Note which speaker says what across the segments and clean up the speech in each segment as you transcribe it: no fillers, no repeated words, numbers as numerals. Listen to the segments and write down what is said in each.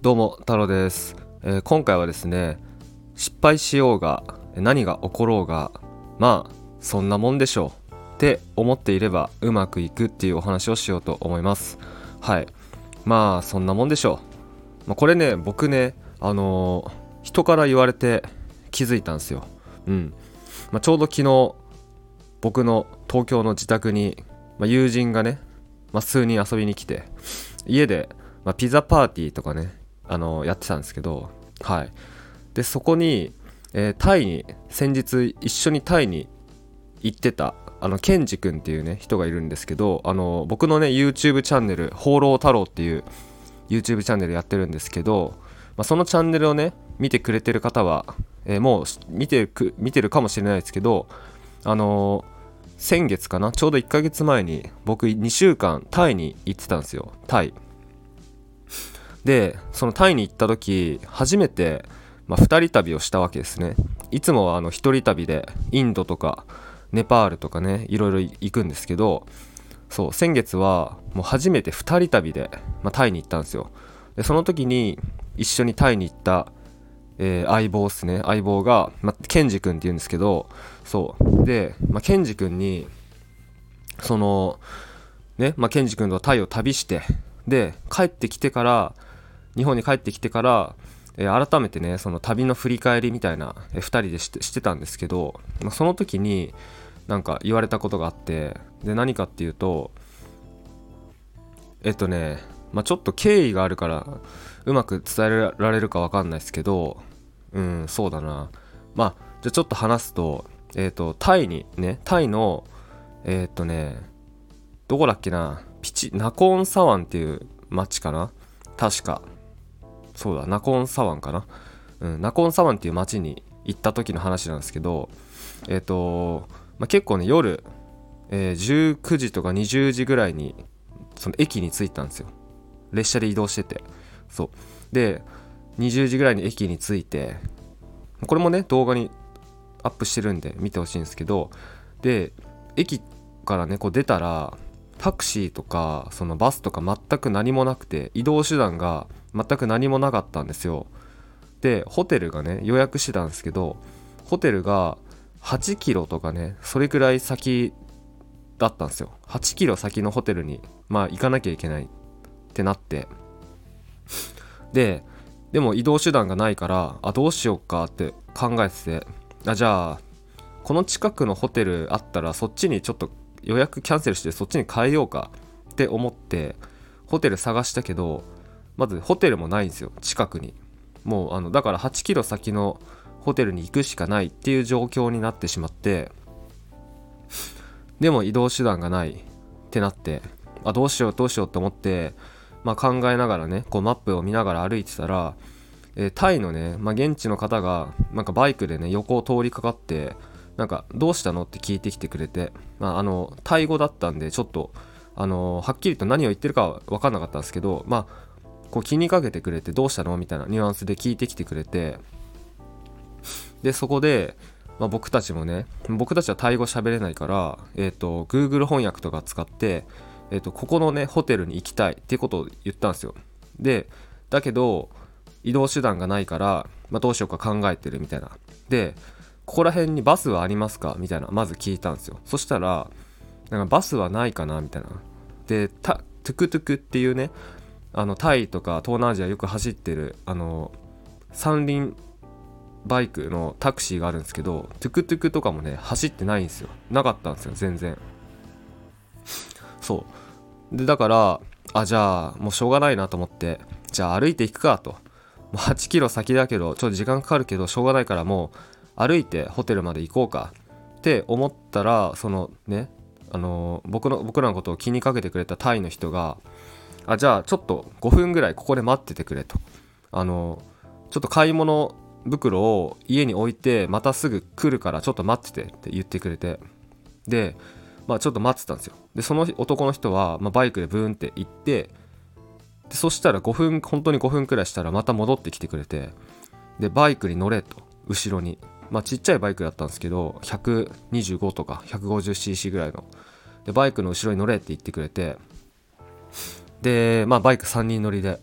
Speaker 1: どうも太郎です。今回はですね、失敗しようが何が起ころうがまあそんなもんでしょうって思っていればうまくいくっていうお話をしようと思います。はい、まあそんなもんでしょう。これね、僕ね、人から言われて気づいたんですよ。ちょうど昨日僕の東京の自宅に、友人がね、数人遊びに来て、家で、ピザパーティーとかね、やってたんですけど、はい。でそこに、タイに先日一緒にタイに行ってたケンジ君っていうね人がいるんですけど、僕のね YouTube チャンネル放浪太郎っていう YouTube チャンネルやってるんですけど、そのチャンネルをね見てくれてる方は、もう見てるかもしれないですけど、先月かな、ちょうど1ヶ月前に僕2週間タイに行ってたんですよ。タイで、そのタイに行った時初めて、2人旅をしたわけですね。いつもは1人旅でインドとかネパールとかねいろいろ行くんですけど、そう先月はもう初めて2人旅で、タイに行ったんですよ。でその時に一緒にタイに行った、相棒ですね。相棒が、ケンジ君っていうんですけど、そうで、ケンジ君にそのね、ケンジ君とタイを旅して、で帰ってきてから日本に帰ってきてから、改めてねその旅の振り返りみたいな、2人でしてたんですけど、その時になんか言われたことがあって、で何かっていうと、ちょっと経緯があるからうまく伝えられるか分かんないですけど、そうだな、じゃあちょっと話すと、タイにね、タイのどこだっけな、ナコーンサワンっていう町かな、確かそうだ、ナコーンサワンかな、ナコーンサワンっていう町に行った時の話なんですけど、結構ね夜、19時とか20時ぐらいにその駅に着いたんですよ。列車で移動してて、そうで20時ぐらいに駅に着いて、これもね動画にアップしてるんで見てほしいんですけど、で駅からねこう出たらタクシーとかそのバスとか全く何もなくて、移動手段が全く何もなかったんですよ。でホテルがね予約してたんですけど、ホテルが8キロとかねそれくらい先だったんですよ。8キロ先のホテルに行かなきゃいけないってなって、でも移動手段がないから、どうしようかって考えてて、じゃあこの近くのホテルあったらそっちにちょっと予約キャンセルしてそっちに変えようかって思ってホテル探したけど、まずホテルもないんですよ、近くに。もうだから8キロ先のホテルに行くしかないっていう状況になってしまって、でも移動手段がないってなって、どうしようと思って、考えながらねこうマップを見ながら歩いてたら、タイのね、現地の方がなんかバイクでね横を通りかかって、なんかどうしたのって聞いてきてくれて、タイ語だったんでちょっとはっきりと何を言ってるかは分かんなかったんですけど、こう気にかけてくれて、どうしたのみたいなニュアンスで聞いてきてくれて、でそこで、僕たちはタイ語喋れないから、Google 翻訳とか使って、ここのねホテルに行きたいっていうことを言ったんですよ。でだけど移動手段がないから、どうしようか考えてるみたいな。でここら辺にバスはありますかみたいなまず聞いたんですよ。そしたらなんかバスはないかなみたいな。でトゥクトゥクっていうね、タイとか東南アジアよく走ってる三輪バイクのタクシーがあるんですけど、トゥクトゥクとかもね走ってないんですよ。なかったんですよ全然。そうでだから、じゃあもうしょうがないなと思って、じゃあ歩いていくかと。もう8キロ先だけどちょっと時間かかるけどしょうがないから、もう歩いてホテルまで行こうかって思ったら、そのね僕らのことを気にかけてくれたタイの人が、じゃあちょっと5分ぐらいここで待っててくれと、ちょっと買い物袋を家に置いてまたすぐ来るからちょっと待っててって言ってくれて、でちょっと待ってたんですよ。でその男の人は、バイクでブーンって行って、でそしたら本当に5分くらいしたらまた戻ってきてくれて、でバイクに乗れと、後ろにちっちゃいバイクだったんですけど125とか 150cc ぐらいの、でバイクの後ろに乗れって言ってくれて、でバイク3人乗りで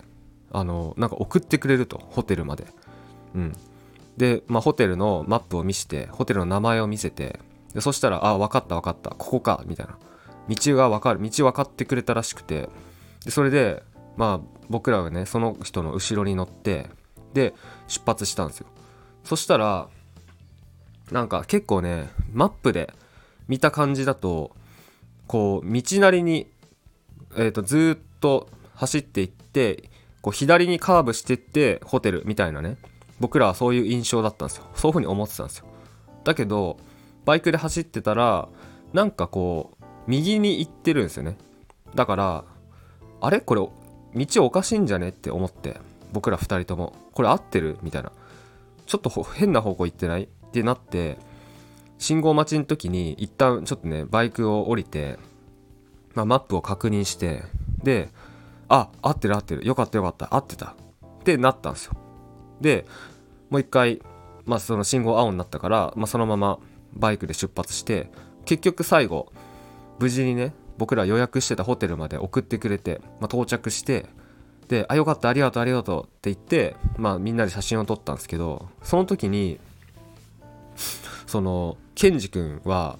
Speaker 1: なんか送ってくれると、ホテルまで。で、ホテルのマップを見せて、ホテルの名前を見せて、でそしたら分かった分かった、ここかみたいな、道分かってくれたらしくて、でそれで僕らがねその人の後ろに乗ってで出発したんですよ。そしたらなんか結構ね、マップで見た感じだとこう道なりに、ずっと走っていって、こう左にカーブしていってホテルみたいなね、僕らはそういう印象だったんですよ。そういう風に思ってたんですよ。だけどバイクで走ってたらなんかこう右に行ってるんですよね。だからあれこれ道おかしいんじゃねって思って、僕ら2人ともこれ合ってるみたいな、ちょっと変な方向行ってないってなって、信号待ちの時に一旦ちょっとねバイクを降りて、マップを確認して、で合ってるよかった合ってたってなったんですよ。でもう一回その信号青になったから、そのままバイクで出発して、結局最後無事にね僕ら予約してたホテルまで送ってくれて、到着して、でよかったありがとうって言って、みんなで写真を撮ったんですけど、その時にそのケンジ君は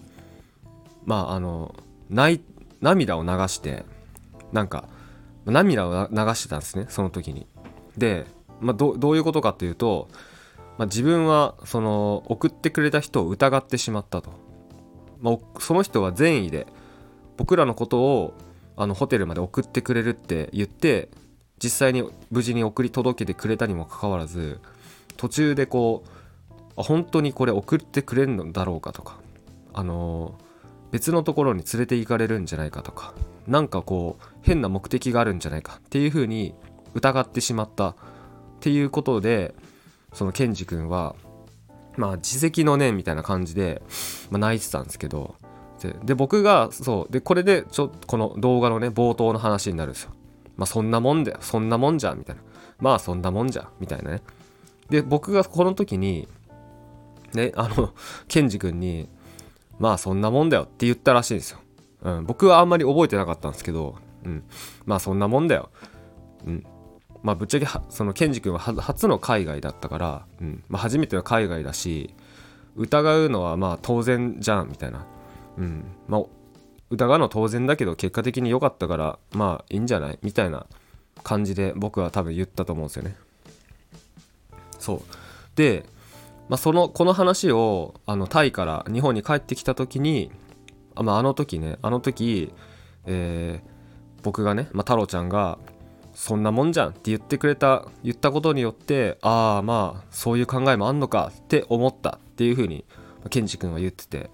Speaker 1: 涙を流して、なんか涙を流してたんですね、その時に。で、どういうことかというと、自分はその送ってくれた人を疑ってしまったと。その人は善意で僕らのことをホテルまで送ってくれるって言って、実際に無事に送り届けてくれたにもかかわらず、途中でこう本当にこれ送ってくれるのだろうかとか、別のところに連れて行かれるんじゃないかとか、なんかこう変な目的があるんじゃないかっていう風に疑ってしまったっていうことで、そのケンジ君は自責の念みたいな感じで、泣いてたんですけど、で僕がそうでこれでこの動画のね冒頭の話になるんですよ。そんなもんだよ、そんなもんじゃみたいな、そんなもんじゃみたいなね。で僕がこの時にねケンジ君にそんなもんだよって言ったらしいんですよ。僕はあんまり覚えてなかったんですけど、そんなもんだよ。ぶっちゃけそのケンジ君は初の海外だったから、初めての海外だし、疑うのは当然じゃんみたいな、疑うのは当然だけど結果的に良かったからいいんじゃないみたいな感じで僕は多分言ったと思うんですよね。そうで、この話をタイから日本に帰ってきた時に、あの時、僕がね、太郎ちゃんがそんなもんじゃんって言ったことによって、そういう考えもあんのかって思ったっていう風にケンジ君は言ってて、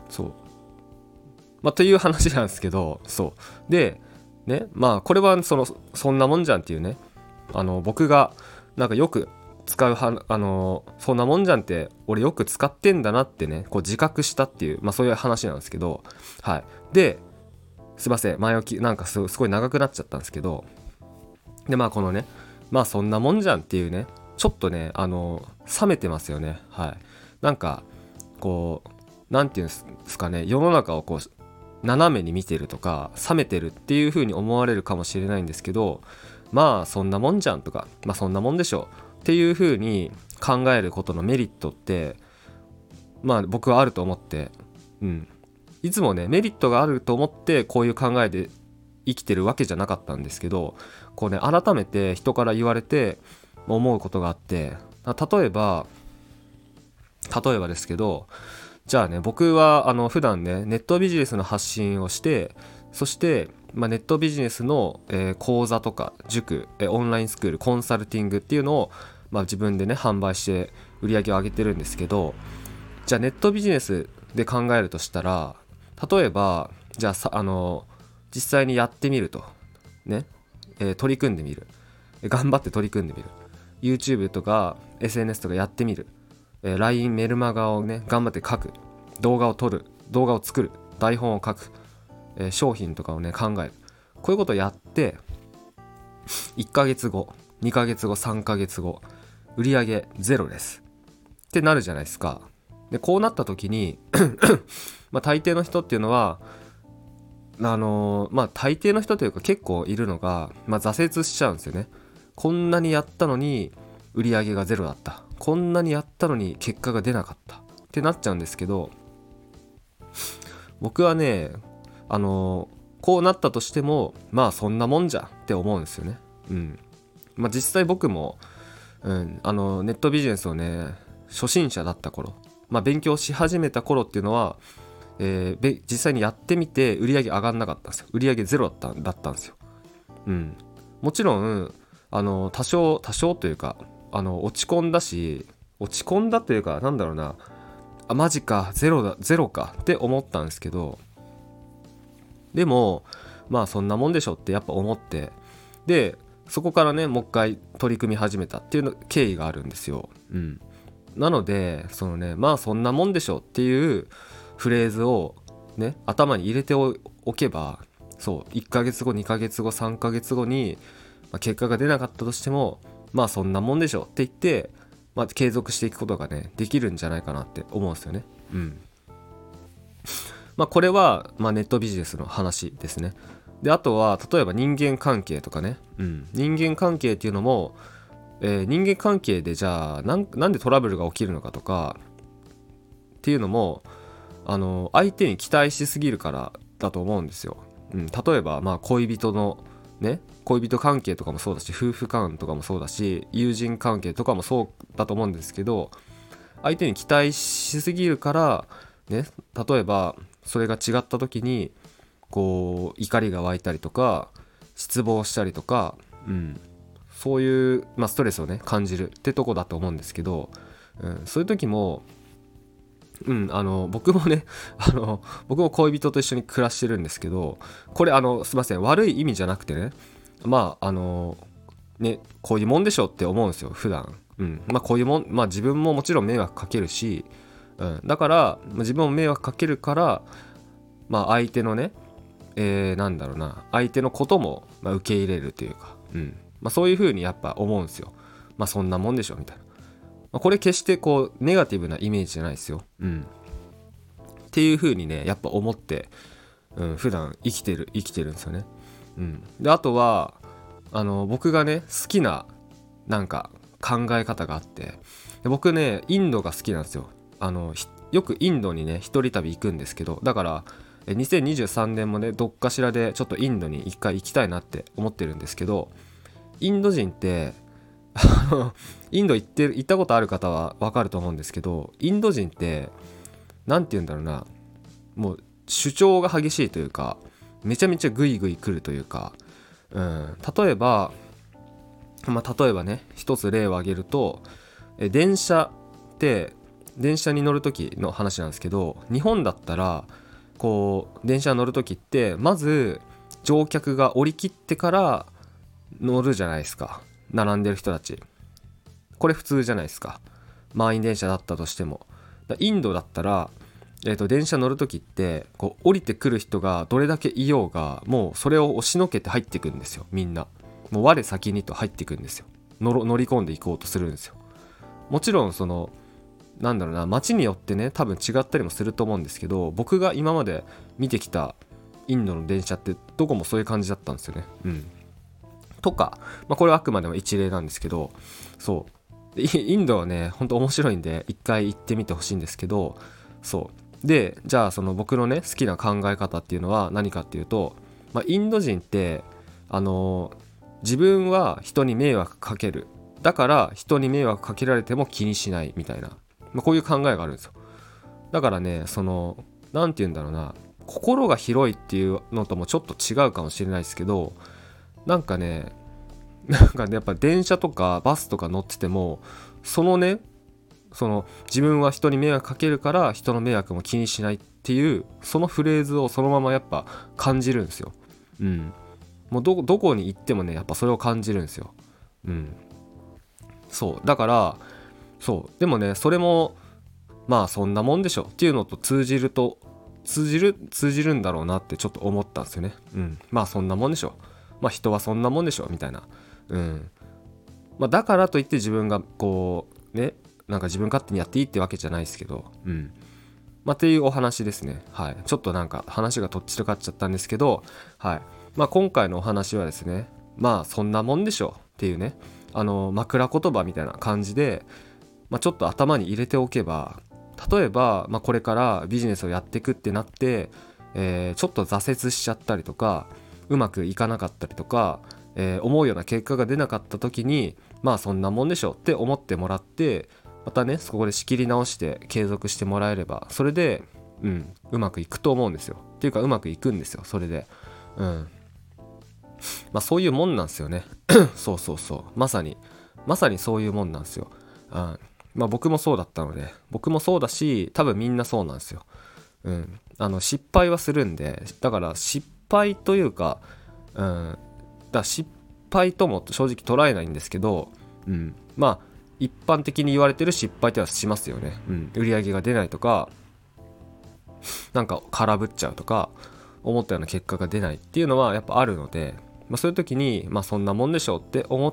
Speaker 1: そうという話なんですけど、そうでね、これはそんなもんじゃんっていうね、僕がなんかよく使うそんなもんじゃんって俺よく使ってんだなってね、こう自覚したっていう、そういう話なんですけど、はい。ですいません、前置きなんかすごい長くなっちゃったんですけど、でこのねそんなもんじゃんっていうね、ちょっとね冷めてますよね。はい。なんかこうなんていうんですかね、世の中をこう斜めに見てるとか冷めてるっていう風に思われるかもしれないんですけど、そんなもんじゃんとかそんなもんでしょっていう風に考えることのメリットって僕はあると思って、いつもねメリットがあると思ってこういう考えで生きてるわけじゃなかったんですけど、こうね改めて人から言われて思うことがあって、例えばですけど、じゃあね僕は普段ねネットビジネスの発信をして、そして、ネットビジネスの、講座とか塾、オンラインスクール、コンサルティングっていうのを、自分でね販売して売り上げを上げてるんですけど、じゃあネットビジネスで考えるとしたら、例えばじゃあ実際にやってみるとね、取り組んでみる、頑張って取り組んでみる、 YouTube とか SNS とかやってみる、LINE メルマガをね頑張って書く、動画を撮る、動画を作る、台本を書く、商品とかをね考える、こういうことをやって1ヶ月後2ヶ月後3ヶ月後売上ゼロですってなるじゃないですか。でこうなった時に大抵の人っていうのは大抵の人というか結構いるのが、挫折しちゃうんですよね。 こんなにやったのに売り上げがゼロだった、こんなにやったのに結果が出なかったってなっちゃうんですけど、僕はねこうなったとしてもまあそんなもんじゃって思うんですよね。実際僕も、ネットビジネスをね初心者だった頃、勉強し始めた頃っていうのは、実際にやってみて売り上げ上がんなかったんですよ。売り上げゼロだったんですよ。もちろん多少というか落ち込んだというか、なんだろうな、マジかゼロかって思ったんですけど、でもそんなもんでしょってやっぱ思って、でそこからねもう一回取り組み始めたっていうの経緯があるんですよ。なのでそんなもんでしょっていうフレーズをね頭に入れておけば、そう1ヶ月後2ヶ月後3ヶ月後に、結果が出なかったとしてもそんなもんでしょって言って、継続していくことがねできるんじゃないかなって思うんですよね。これは、ネットビジネスの話ですね。であとは例えば人間関係とかね、人間関係っていうのも、人間関係でじゃあなんでトラブルが起きるのかとかっていうのも相手に期待しすぎるからだと思うんですよ。例えば恋人関係とかもそうだし、夫婦間とかもそうだし、友人関係とかもそうだと思うんですけど、相手に期待しすぎるからね、例えばそれが違った時にこう怒りが湧いたりとか失望したりとか、そういう、ストレスをね感じるってとこだと思うんですけど、そういう時も、僕もね僕も恋人と一緒に暮らしてるんですけど、これすいません、悪い意味じゃなくてね、こういうもんでしょって思うんですよ普段。こういうもん、自分ももちろん迷惑かけるし、だから自分も迷惑かけるから、相手のね、なんだろうな、相手のことも受け入れるというか、そういう風にやっぱ思うんですよ。そんなもんでしょみたいな、これ決してこうネガティブなイメージじゃないですよ。っていう風にねやっぱ思って、普段生きてるんですよね。であとは僕がね好きななんか考え方があって、で僕ねインドが好きなんですよ。よくインドにね一人旅行くんですけど、だから2023年もねどっかしらでちょっとインドに一回行きたいなって思ってるんですけど、インド人ってインド行ったことある方は分かると思うんですけど、インド人ってなんて言うんだろうな、もう主張が激しいというか、めちゃめちゃグイグイ来るというか、例えばね一つ例を挙げると、電車に乗る時の話なんですけど、日本だったらこう電車に乗る時ってまず乗客が降り切ってから乗るじゃないですか、並んでる人たち。これ普通じゃないですか、満員電車だったとしても。インドだったら、電車乗る時ってこう降りてくる人がどれだけいようが、もうそれを押しのけて入ってくるんですよ。みんなもう我先にと入ってくるんですよ。乗り込んでいこうとするんですよ。もちろんなんだろうな、街によってね多分違ったりもすると思うんですけど、僕が今まで見てきたインドの電車ってどこもそういう感じだったんですよね。とか、これはあくまでも一例なんですけど、そうインドはね本当面白いんで一回行ってみてほしいんですけど、そうでじゃあ僕のね好きな考え方っていうのは何かっていうと、インド人って自分は人に迷惑かける、だから人に迷惑かけられても気にしないみたいな、こういう考えがあるんですよ。だからねなんて言うんだろうな、心が広いっていうのともちょっと違うかもしれないですけど、なんかねやっぱ電車とかバスとか乗ってても自分は人に迷惑かけるから人の迷惑も気にしないっていうそのフレーズをそのままやっぱ感じるんですよ。もうどこに行ってもねやっぱそれを感じるんですよ。そうだからでもねそれもそんなもんでしょっていうのと通じるんだろうなってちょっと思ったんですよね。そんなもんでしょ、人はそんなもんでしょみたいな。だからといって自分がこうねなんか自分勝手にやっていいってわけじゃないですけど、っていうお話ですね。ちょっとなんか話がとっちらかっちゃったんですけど、今回のお話はですね、そんなもんでしょっていうね、枕言葉みたいな感じで、ちょっと頭に入れておけば、例えば、これからビジネスをやっていくってなって、ちょっと挫折しちゃったりとか、うまくいかなかったりとか、思うような結果が出なかった時に、そんなもんでしょって思ってもらって、またねそこで仕切り直して継続してもらえれば、それでうまくいくと思うんですよ。っていうかうまくいくんですよ、それで。そういうもんなんですよねそうそうそう、まさにそういうもんなんですよ。僕もそうだったので、僕もそうだし、多分みんなそうなんですよ。失敗はするんで、だから失敗というか、失敗とも正直捉えないんですけど、一般的に言われてる失敗ってのはしますよね。売り上げが出ないとか、なんか空振っちゃうとか、思ったような結果が出ないっていうのはやっぱあるので、そういう時にそんなもんでしょうって思って、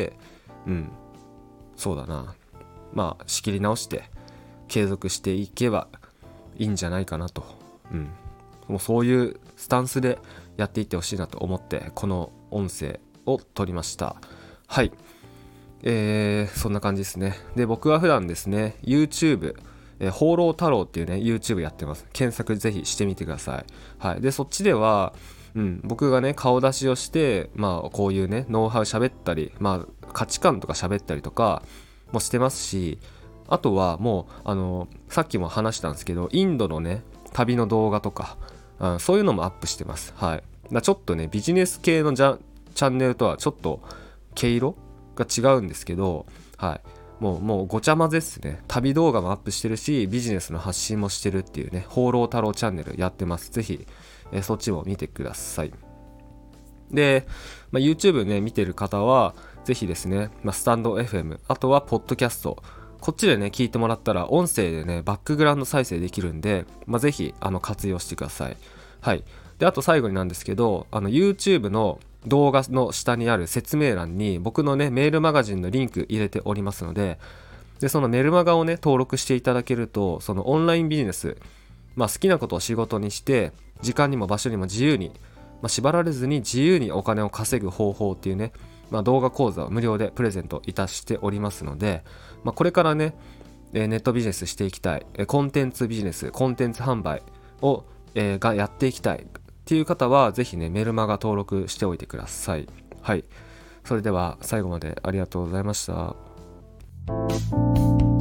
Speaker 1: そうだな、仕切り直して継続していけばいいんじゃないかなと、もうそういうスタンスでやっていってほしいなと思ってこの音声を撮りました。はい、そんな感じですね。で、僕は普段ですね YouTube、放浪太郎っていうね YouTube やってます。検索ぜひしてみてください。はい、でそっちでは僕がね顔出しをして、こういうねノウハウ喋ったり、価値観とか喋ったりとかもしてますし、あとはもうさっきも話したんですけど、インドのね旅の動画とか、そういうのもアップしてます。はい、ちょっとねビジネス系のチャンネルとはちょっと毛色が違うんですけど、はい、もうごちゃ混ぜっすね。旅動画もアップしてるし、ビジネスの発信もしてるっていうね、放浪太郎チャンネルやってます。ぜひ、そっちも見てください。で、YouTube ね見てる方はぜひですね、スタンド FM、 あとはポッドキャスト、こっちでね聞いてもらったら音声でねバックグラウンド再生できるんで、ぜひ活用してください。はい。で、あと最後になんですけど、YouTube の動画の下にある説明欄に僕のねメールマガジンのリンク入れておりますので、そのメルマガをね登録していただけると、そのオンラインビジネス、好きなことを仕事にして時間にも場所にも自由に、縛られずに自由にお金を稼ぐ方法っていうね、動画講座を無料でプレゼントいたしておりますので、これからねネットビジネスしていきたい、コンテンツビジネス、コンテンツ販売を、がやっていきたいっていう方はぜひねメルマガ登録しておいてください。はい、それでは最後までありがとうございました。